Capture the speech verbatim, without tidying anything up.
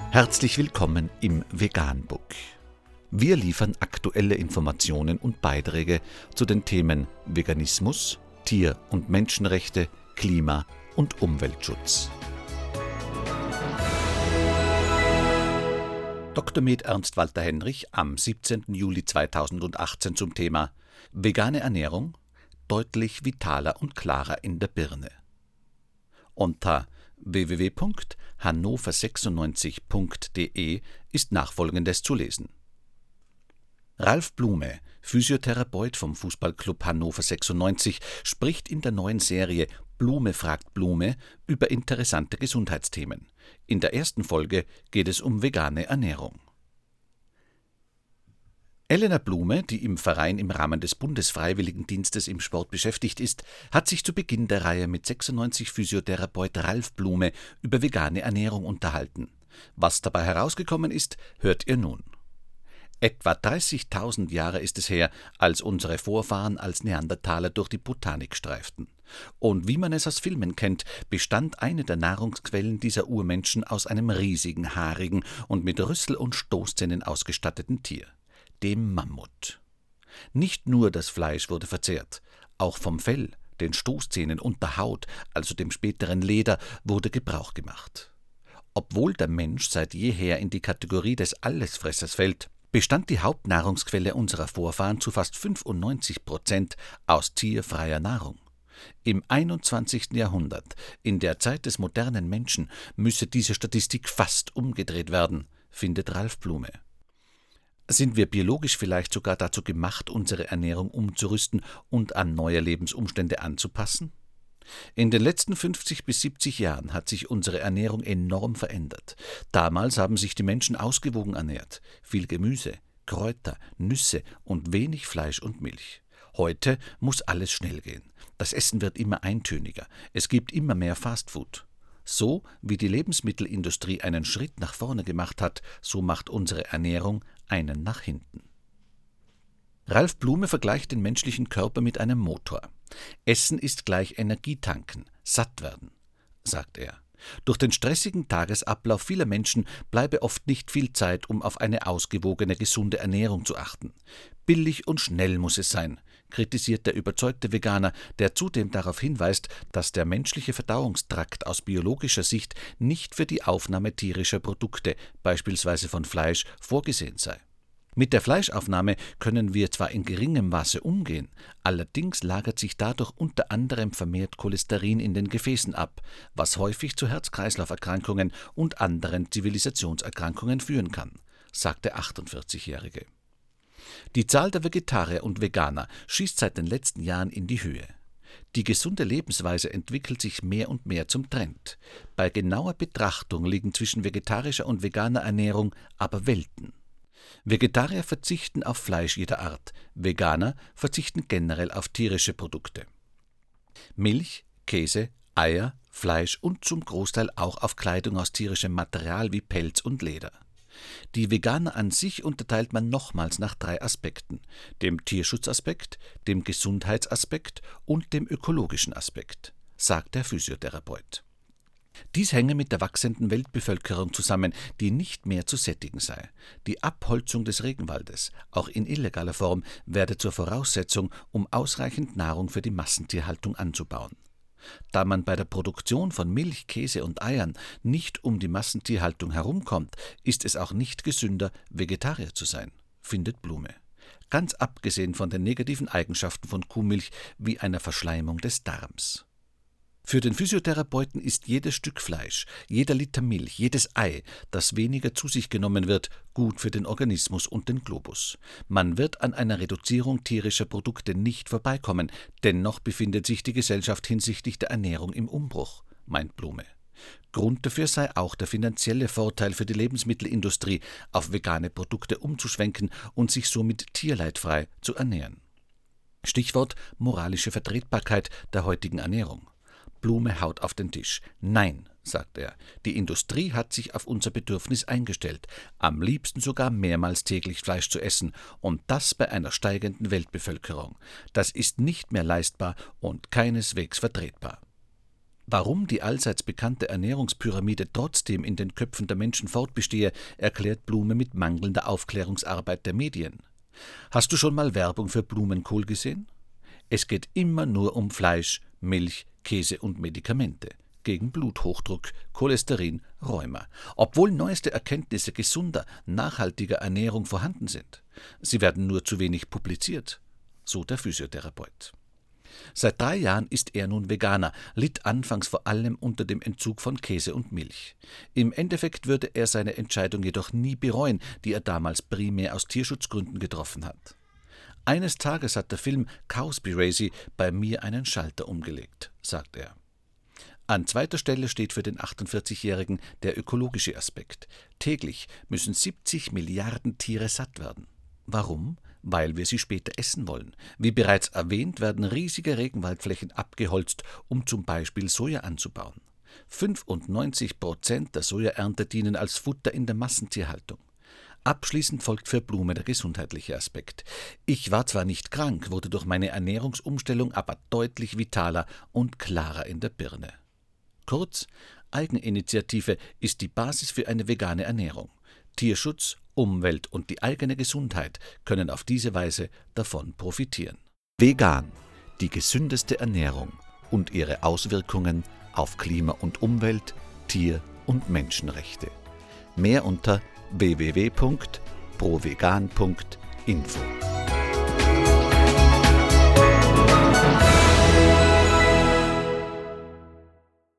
Herzlich willkommen im Veganbook. Wir liefern aktuelle Informationen und Beiträge zu den Themen Veganismus, Tier- und Menschenrechte, Klima- und Umweltschutz. Doktor med. Ernst Walter Henrich am siebzehnten Juli zweitausendachtzehn zum Thema Vegane Ernährung, deutlich vitaler und klarer in der Birne. Unter w w w punkt hannover sechsundneunzig punkt d e ist Nachfolgendes zu lesen. Ralf Blume, Physiotherapeut vom Fußballclub Hannover sechsundneunzig, spricht in der neuen Serie Blume fragt Blume über interessante Gesundheitsthemen. In der ersten Folge geht es um vegane Ernährung. Elena Blume, die im Verein im Rahmen des Bundesfreiwilligendienstes im Sport beschäftigt ist, hat sich zu Beginn der Reihe mit sechsundneunzig Physiotherapeut Ralf Blume über vegane Ernährung unterhalten. Was dabei herausgekommen ist, hört ihr nun. Etwa dreißigtausend Jahre ist es her, als unsere Vorfahren als Neandertaler durch die Botanik streiften. Und wie man es aus Filmen kennt, bestand eine der Nahrungsquellen dieser Urmenschen aus einem riesigen, haarigen und mit Rüssel und Stoßzähnen ausgestatteten Tier, dem Mammut. Nicht nur das Fleisch wurde verzehrt, auch vom Fell, den Stoßzähnen und der Haut, also dem späteren Leder, wurde Gebrauch gemacht. Obwohl der Mensch seit jeher in die Kategorie des Allesfressers fällt, bestand die Hauptnahrungsquelle unserer Vorfahren zu fast fünfundneunzig Prozent aus tierfreier Nahrung. Im einundzwanzigsten Jahrhundert, in der Zeit des modernen Menschen, müsse diese Statistik fast umgedreht werden, findet Ralf Blume. Sind wir biologisch vielleicht sogar dazu gemacht, unsere Ernährung umzurüsten und an neue Lebensumstände anzupassen? In den letzten fünfzig bis siebzig Jahren hat sich unsere Ernährung enorm verändert. Damals haben sich die Menschen ausgewogen ernährt, viel Gemüse, Kräuter, Nüsse und wenig Fleisch und Milch. Heute muss alles schnell gehen. Das Essen wird immer eintöniger, es gibt immer mehr Fastfood. So wie die Lebensmittelindustrie einen Schritt nach vorne gemacht hat, so macht unsere Ernährung einen nach hinten. Ralf Blume vergleicht den menschlichen Körper mit einem Motor. Essen ist gleich Energietanken, satt werden, sagt er. Durch den stressigen Tagesablauf vieler Menschen bleibe oft nicht viel Zeit, um auf eine ausgewogene, gesunde Ernährung zu achten. Billig und schnell muss es sein, kritisiert der überzeugte Veganer, der zudem darauf hinweist, dass der menschliche Verdauungstrakt aus biologischer Sicht nicht für die Aufnahme tierischer Produkte, beispielsweise von Fleisch, vorgesehen sei. Mit der Fleischaufnahme können wir zwar in geringem Maße umgehen, allerdings lagert sich dadurch unter anderem vermehrt Cholesterin in den Gefäßen ab, was häufig zu Herz-Kreislauf-Erkrankungen und anderen Zivilisationserkrankungen führen kann, sagt der achtundvierzigjährige. Die Zahl der Vegetarier und Veganer schießt seit den letzten Jahren in die Höhe. Die gesunde Lebensweise entwickelt sich mehr und mehr zum Trend. Bei genauer Betrachtung liegen zwischen vegetarischer und veganer Ernährung aber Welten. Vegetarier verzichten auf Fleisch jeder Art, Veganer verzichten generell auf tierische Produkte. Milch, Käse, Eier, Fleisch und zum Großteil auch auf Kleidung aus tierischem Material wie Pelz und Leder. Die Veganer an sich unterteilt man nochmals nach drei Aspekten: dem Tierschutzaspekt, dem Gesundheitsaspekt und dem ökologischen Aspekt, sagt der Physiotherapeut. Dies hänge mit der wachsenden Weltbevölkerung zusammen, die nicht mehr zu sättigen sei. Die Abholzung des Regenwaldes, auch in illegaler Form, werde zur Voraussetzung, um ausreichend Nahrung für die Massentierhaltung anzubauen. Da man bei der Produktion von Milch, Käse und Eiern nicht um die Massentierhaltung herumkommt, ist es auch nicht gesünder, Vegetarier zu sein, findet Blume. Ganz abgesehen von den negativen Eigenschaften von Kuhmilch wie einer Verschleimung des Darms. Für den Physiotherapeuten ist jedes Stück Fleisch, jeder Liter Milch, jedes Ei, das weniger zu sich genommen wird, gut für den Organismus und den Globus. Man wird an einer Reduzierung tierischer Produkte nicht vorbeikommen, dennoch befindet sich die Gesellschaft hinsichtlich der Ernährung im Umbruch, meint Blume. Grund dafür sei auch der finanzielle Vorteil für die Lebensmittelindustrie, auf vegane Produkte umzuschwenken und sich somit tierleidfrei zu ernähren. Stichwort moralische Vertretbarkeit der heutigen Ernährung. Blume haut auf den Tisch. Nein, sagt er, die Industrie hat sich auf unser Bedürfnis eingestellt, am liebsten sogar mehrmals täglich Fleisch zu essen, und das bei einer steigenden Weltbevölkerung. Das ist nicht mehr leistbar und keineswegs vertretbar. Warum die allseits bekannte Ernährungspyramide trotzdem in den Köpfen der Menschen fortbestehe, erklärt Blume mit mangelnder Aufklärungsarbeit der Medien. Hast du schon mal Werbung für Blumenkohl gesehen? Es geht immer nur um Fleisch, Milch, Käse und Medikamente gegen Bluthochdruck, Cholesterin, Rheuma, obwohl neueste Erkenntnisse gesunder, nachhaltiger Ernährung vorhanden sind. Sie werden nur zu wenig publiziert, so der Physiotherapeut. Seit drei Jahren ist er nun Veganer, litt anfangs vor allem unter dem Entzug von Käse und Milch. Im Endeffekt würde er seine Entscheidung jedoch nie bereuen, die er damals primär aus Tierschutzgründen getroffen hat. Eines Tages hat der Film Cowspiracy bei mir einen Schalter umgelegt, sagt er. An zweiter Stelle steht für den achtundvierzigjährigen der ökologische Aspekt. Täglich müssen siebzig Milliarden Tiere satt werden. Warum? Weil wir sie später essen wollen. Wie bereits erwähnt, werden riesige Regenwaldflächen abgeholzt, um zum Beispiel Soja anzubauen. fünfundneunzig Prozent der Sojaernte dienen als Futter in der Massentierhaltung. Abschließend folgt für Blume der gesundheitliche Aspekt. Ich war zwar nicht krank, wurde durch meine Ernährungsumstellung aber deutlich vitaler und klarer in der Birne. Kurz, Eigeninitiative ist die Basis für eine vegane Ernährung. Tierschutz, Umwelt und die eigene Gesundheit können auf diese Weise davon profitieren. Vegan, die gesündeste Ernährung und ihre Auswirkungen auf Klima und Umwelt, Tier- und Menschenrechte. Mehr unter w w w punkt provegan punkt info.